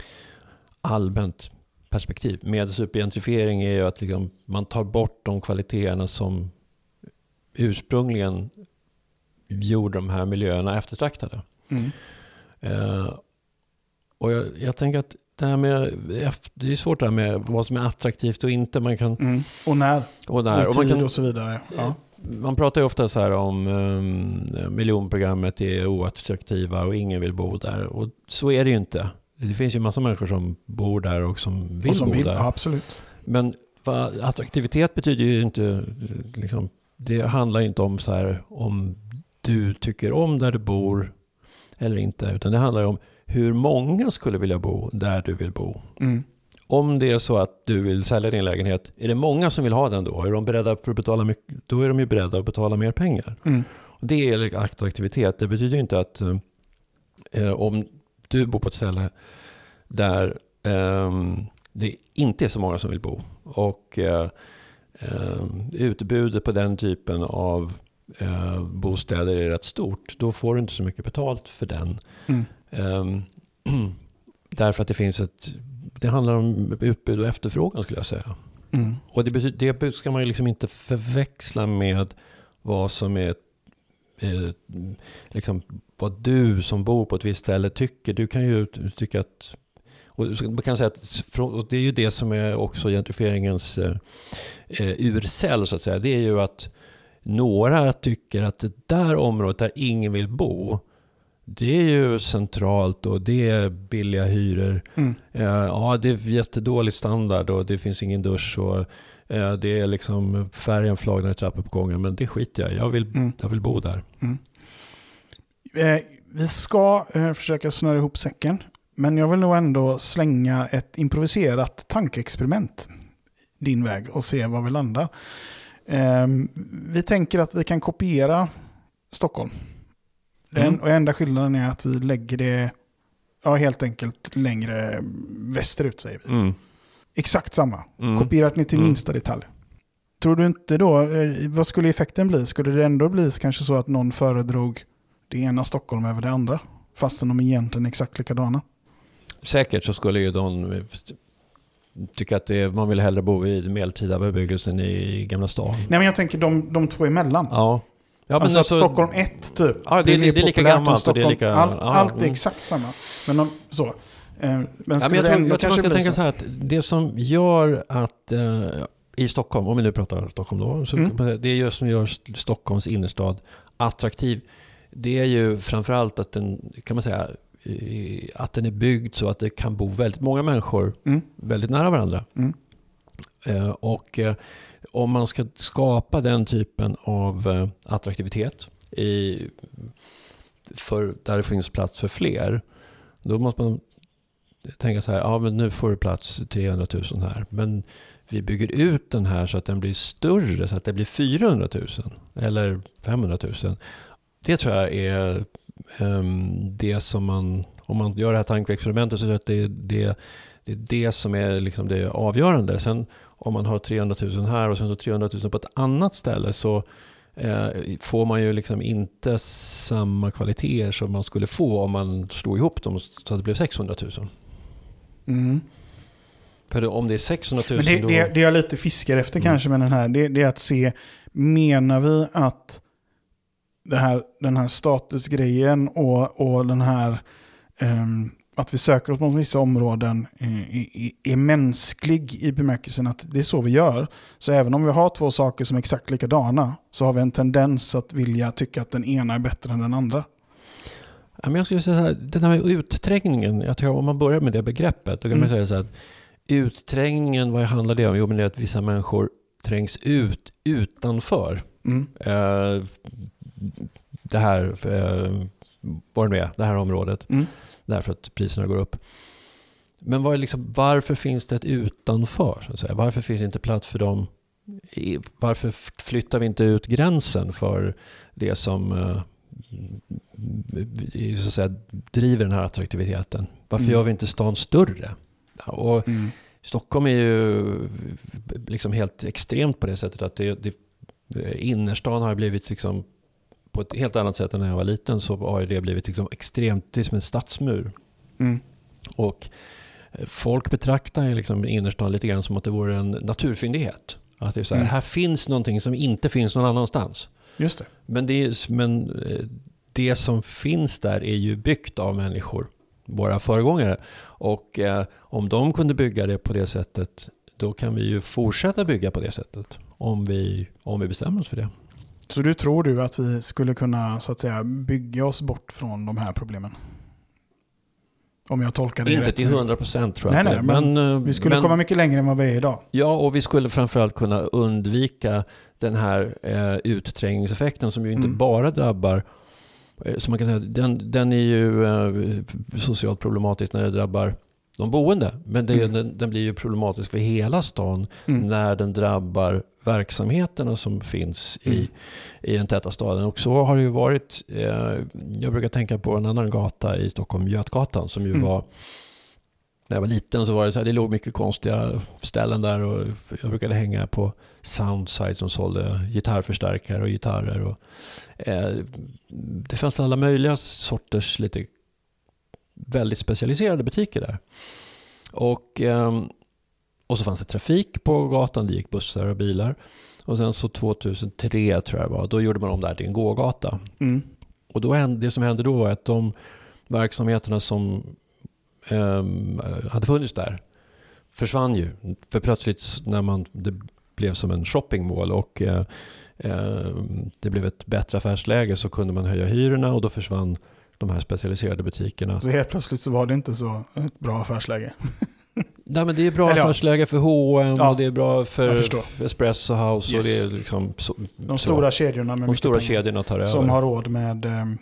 allmänt perspektiv med supergentrifiering är ju att liksom man tar bort de kvaliteterna som ursprungligen gjorde de här miljöerna eftertraktade. Mm. Uh, och jag, jag tänker att det här med, det är svårt det här med vad som är attraktivt och inte. Man kan, mm. Och när. Och när. Och, och man kan, och så vidare. Ja. Man pratar ju ofta så här om um, miljonprogrammet är oattraktiva och ingen vill bo där. Och så är det ju inte. Det finns ju massa människor som bor där och som vill och som bo vill, där. Ja, absolut. Men vad, attraktivitet betyder ju inte, liksom, det handlar inte om så här om du tycker om där du bor eller inte, utan det handlar om hur många skulle vilja bo där du vill bo. Mm. Om det är så att du vill sälja din lägenhet, är det många som vill ha den då? Är de beredda för att betala mycket, då är de ju beredda att betala mer pengar. Mm. Och det är attraktivitet. Det betyder inte att eh, om du bor på ett ställe där eh, det inte är så många som vill bo. Och eh, eh, utbudet på den typen av eh, bostäder är rätt stort. Då får du inte så mycket betalt för den. Mm. Eh, därför att det finns ett... Det handlar om utbud och efterfrågan skulle jag säga. Mm. Och det, betyder, det ska man ju liksom inte förväxla med vad som är eh, liksom vad du som bor på ett visst ställe tycker. Du kan ju tycka att, och man kan säga att, och det är ju det som är också gentrifieringens eh, urcell så att säga. Det är ju att några tycker att det där området där ingen vill bo, det är ju centralt och det är billiga hyror. Mm. Ja, det är jättedålig standard och det finns ingen dusch och det är liksom färgen flagnar i trappuppgången, men det skiter jag. Jag vill, mm. jag vill bo där. Mm. Eh, vi ska eh, försöka snöra ihop säcken, men jag vill nog ändå slänga ett improviserat tankeexperiment din väg och se var vi landar. Eh, vi tänker att vi kan kopiera Stockholm. Den, mm. och enda skillnaden är att vi lägger det ja, helt enkelt längre västerut, säger vi. Mm. Exakt samma. Mm. Kopierat ner till mm. minsta detalj. Tror du inte då, vad skulle effekten bli? Skulle det ändå bli kanske så att någon föredrog det ena Stockholm över det andra? Fastän de egentligen är exakt likadana? Säkert så skulle ju de tycka att det, man vill hellre bo i medeltida bebyggelsen i Gamla stan. Nej, men jag tänker de, de två emellan. Ja. Ja, men alltså, alltså att Stockholm ett typ. Ja, det, det, det är lika gammalt. Och det är lika, all, ja, allt är mm. exakt samma. Men de, så. Men, ja, men jag tror, jag tror man ska tänka så här att det som gör att eh, i Stockholm, om vi nu pratar Stockholm då, så mm. det är just som gör Stockholms innerstad attraktiv. Det är ju framförallt att den, kan man säga, att den är byggd så att det kan bo väldigt många människor mm. väldigt nära varandra. Mm. Eh, och eh, om man ska skapa den typen av eh, attraktivitet i, för, där det finns plats för fler, då måste man tänka så här, ja men nu får det plats trehundratusen här, men vi bygger ut den här så att den blir större, så att det blir fyrahundratusen eller femhundratusen. Det tror jag är um, det som man, om man gör det här tankeexperimentet, så tror jag att det, det, det är det som är liksom det avgörande. Sen om man har trehundratusen här och sen så trehundratusen på ett annat ställe, så eh, får man ju liksom inte samma kvaliteter som man skulle få om man slog ihop dem så att det blev sexhundratusen. Mm. För om det är sexhundratusen... Men det, då... det, det jag lite fiskar efter mm. kanske med den här, det, det är att se, menar vi att det här, den här statusgrejen och, och den här um, att vi söker oss mot vissa områden är, är mänsklig i bemärkelsen att det är så vi gör. Så även om vi har två saker som är exakt likadana, så har vi en tendens att vilja tycka att den ena är bättre än den andra. Ja, men jag skulle säga så här, den här utträngningen, jag tror om man börjar med det begreppet, då kan mm. man säga så här att utträngningen, vad handlar det om? Jo, men det är att vissa människor trängs ut utanför mm. eh, det här eh, vad det är, det här området. Mm. Därför att priserna går upp. Men vad är liksom, varför finns det ett utanför? Så att säga? Varför finns det inte plats för dem? Varför flyttar vi inte ut gränsen för det som eh, så att säga, driver den här attraktiviteten? Varför mm. gör vi inte stan större? Och mm. Stockholm är ju liksom helt extremt på det sättet att det, det, innerstan har blivit liksom på ett helt annat sätt än när jag var liten, så har det blivit liksom extremt, det är som en stadsmur. Mm. Och folk betraktar liksom innerstan lite grann som att det vore en naturfyndighet. Att det är så här, mm. här finns någonting som inte finns någon annanstans. Just det. Men det, är, men det som finns där är ju byggt av människor, våra föregångare. Och eh, om de kunde bygga det på det sättet, då kan vi ju fortsätta bygga på det sättet. Om vi, om vi bestämmer oss för det. Så du tror du att vi skulle kunna så att säga bygga oss bort från de här problemen? Om jag tolkar det inte rätt. Till hundra procent tror jag. Nej, nej, men, men vi skulle men, komma mycket längre än vad vi är idag. Ja, och vi skulle framförallt kunna undvika den här eh, utträngningseffekten som ju inte mm. bara drabbar, eh, som man kan säga, den, den är ju eh, socialt problematisk när det drabbar de boende. Men det är, mm. den, den blir ju problematisk för hela stan mm. när den drabbar verksamheterna som finns mm. i, i den täta staden. Och så har det ju varit, eh, jag brukar tänka på en annan gata i Stockholm, Götgatan, som ju mm. var när jag var liten så var det så här, det låg mycket konstiga ställen där och jag brukade hänga på Soundside som sålde gitarrförstärkare och gitarrer och eh, det fanns alla möjliga sorters lite väldigt specialiserade butiker där. Och, eh, och så fanns det trafik på gatan, det gick bussar och bilar. Och sen så tjugohundratre tror jag var, då gjorde man om det här till en gågata. Mm. Och då hände, det som hände då var att de verksamheterna som eh, hade funnits där försvann ju. För plötsligt när man, det blev som en shoppingmål och eh, eh, det blev ett bättre affärsläge så kunde man höja hyrorna och då försvann de här specialiserade butikerna. Så helt plötsligt så var det inte så ett bra affärsläge. Nej, men det är bra Eller, affärsläge ja. för H och M ja, och det är bra för, för Espresso House. Yes. Och det är liksom så, de så. stora kedjorna med de stora pengar, kedjorna tar över. som har råd med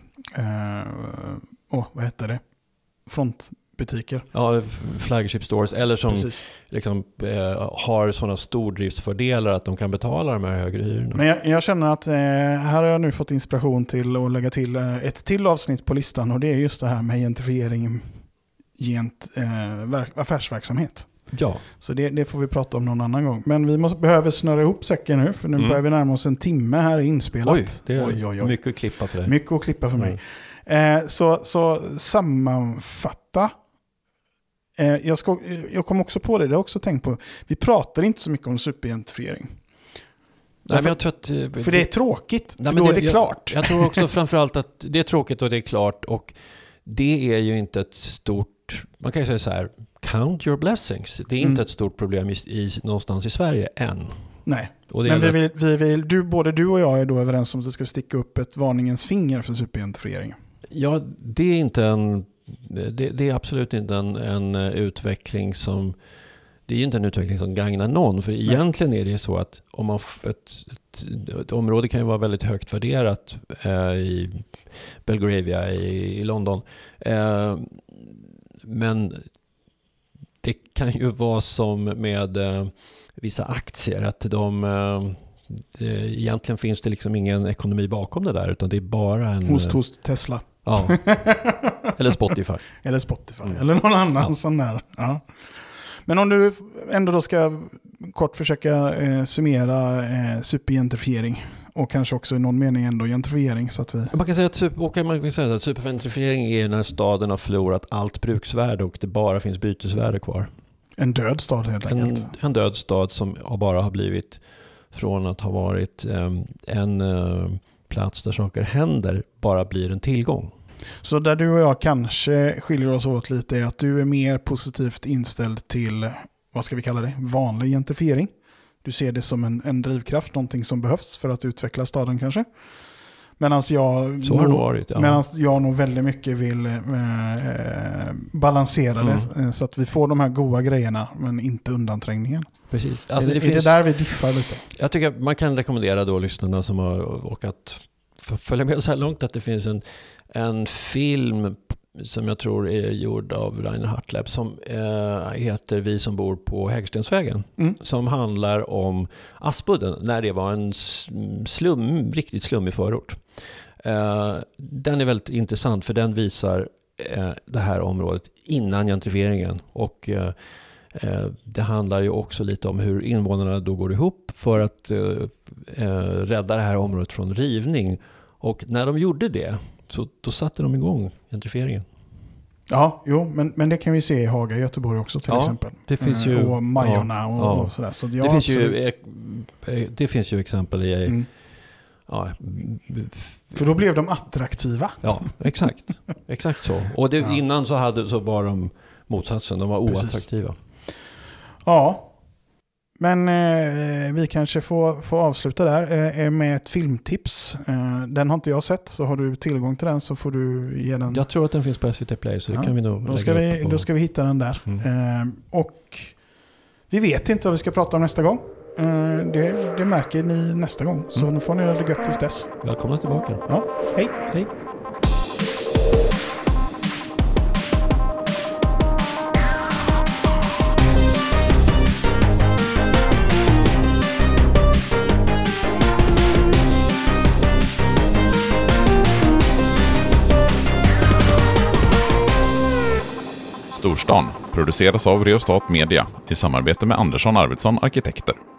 eh, oh, vad heter det? Frontbutiker. Ja, flagship stores eller som liksom, eh, har sådana stordriftsfördelar att de kan betala de här högre hyrorna. Men jag, jag känner att eh, här har jag nu fått inspiration till att lägga till eh, ett till avsnitt på listan och det är just det här med gentrifiering gent eh, affärsverksamhet. Ja. Så det, det får vi prata om någon annan gång. Men vi måste, behöver snöra ihop säcken nu för nu mm. börjar vi närma oss en timme här i inspelat. Oj, det är oj, oj, oj. mycket att klippa för dig. Mycket att klippa för mm. mig. Eh, så, så sammanfatta. Eh, jag, ska, jag kom också på det, det har jag också tänkt på. Vi pratar inte så mycket om supergentrifiering. Nej, men jag tror att, för det är tråkigt, nej, för då det, är det jag, klart. Jag tror också framförallt att det är tråkigt och det är klart och det är ju inte ett stort, man kan ju säga så här, count your blessings. Det är mm. inte ett stort problem i, i, någonstans i Sverige än. Nej, och det men vi vill, vill, vi vill, du, både du och jag är då överens om att det ska sticka upp ett varningens finger för supergentrifiering. Ja, det är inte en, det, det är absolut inte en, en utveckling som, det är ju inte en utveckling som gagnar någon. För Nej. egentligen är det så att om man, ett, ett, ett område kan ju vara väldigt högt värderat eh, i Belgravia i, i London. Eh, men det kan ju vara som med eh, vissa aktier att de eh, det, egentligen finns det liksom ingen ekonomi bakom det där utan det är bara en... Host, host, Tesla. Ja. Eller Spotify. Eller Spotify. Mm. Eller någon annan ja. sån där. Ja. Men om du ändå då ska kort försöka eh, summera eh, supergentrifiering och kanske också i någon mening ändå gentrifiering så att vi... Man kan säga att, okay, man kan säga att supergentrifiering är när staden har förlorat allt bruksvärde och det bara finns bytesvärde kvar. En död stad helt enkelt. En, en död stad som bara har blivit från att ha varit eh, en eh, plats där saker händer bara blir en tillgång. Så där du och jag kanske skiljer oss åt lite är att du är mer positivt inställd till, vad ska vi kalla det, vanlig gentrifiering. Du ser det som en, en drivkraft, någonting som behövs för att utveckla staden kanske. Medan jag, så har nog varit, ja. Medan jag nog väldigt mycket vill eh, balansera mm. det så att vi får de här goda grejerna men inte undanträngningen. Precis. Alltså, är det, det, finns, är det där vi diffar lite? Jag tycker att man kan rekommendera då lyssnarna som har åkat följa med så här långt att det finns en, en film som jag tror är gjord av Rainer Hartleb som eh, heter Vi som bor på Hägerstensvägen mm. som handlar om Aspudden när det var en slum, riktigt slummig förort. Eh, den är väldigt intressant för den visar eh, det här området innan gentrifieringen och eh, eh, det handlar ju också lite om hur invånarna då går ihop för att eh, eh, rädda det här området från rivning. Och när de gjorde det så då satte de igång gentrifieringen. Ja, jo, men, men det kan vi se i Haga i Göteborg också till ja, exempel. Det finns ju, och Majorna ja, och, ja. och sådär. Så det, finns absolut. ju, det finns ju exempel i... Mm. Ja, för då blev de attraktiva. Ja, exakt. Exakt så. Och det, ja. innan så, hade, så var de motsatsen. De var oattraktiva. Precis. Ja. Men eh, vi kanske får, får avsluta där eh, med ett filmtips. Eh, den har inte jag sett, så har du tillgång till den så får du ge den. Jag tror att den finns på S V T Play, så det ja. kan vi nog då ska lägga vi, upp. Då ska vi hitta den där. Mm. Eh, och vi vet inte vad vi ska prata om nästa gång. Eh, det, det märker ni nästa gång. Så mm. nu får ni det gött tills dess. Välkomna tillbaka. Ja, hej. Hej. storstan produceras av Reostat Media i samarbete med Andersson Arvidsson Arkitekter.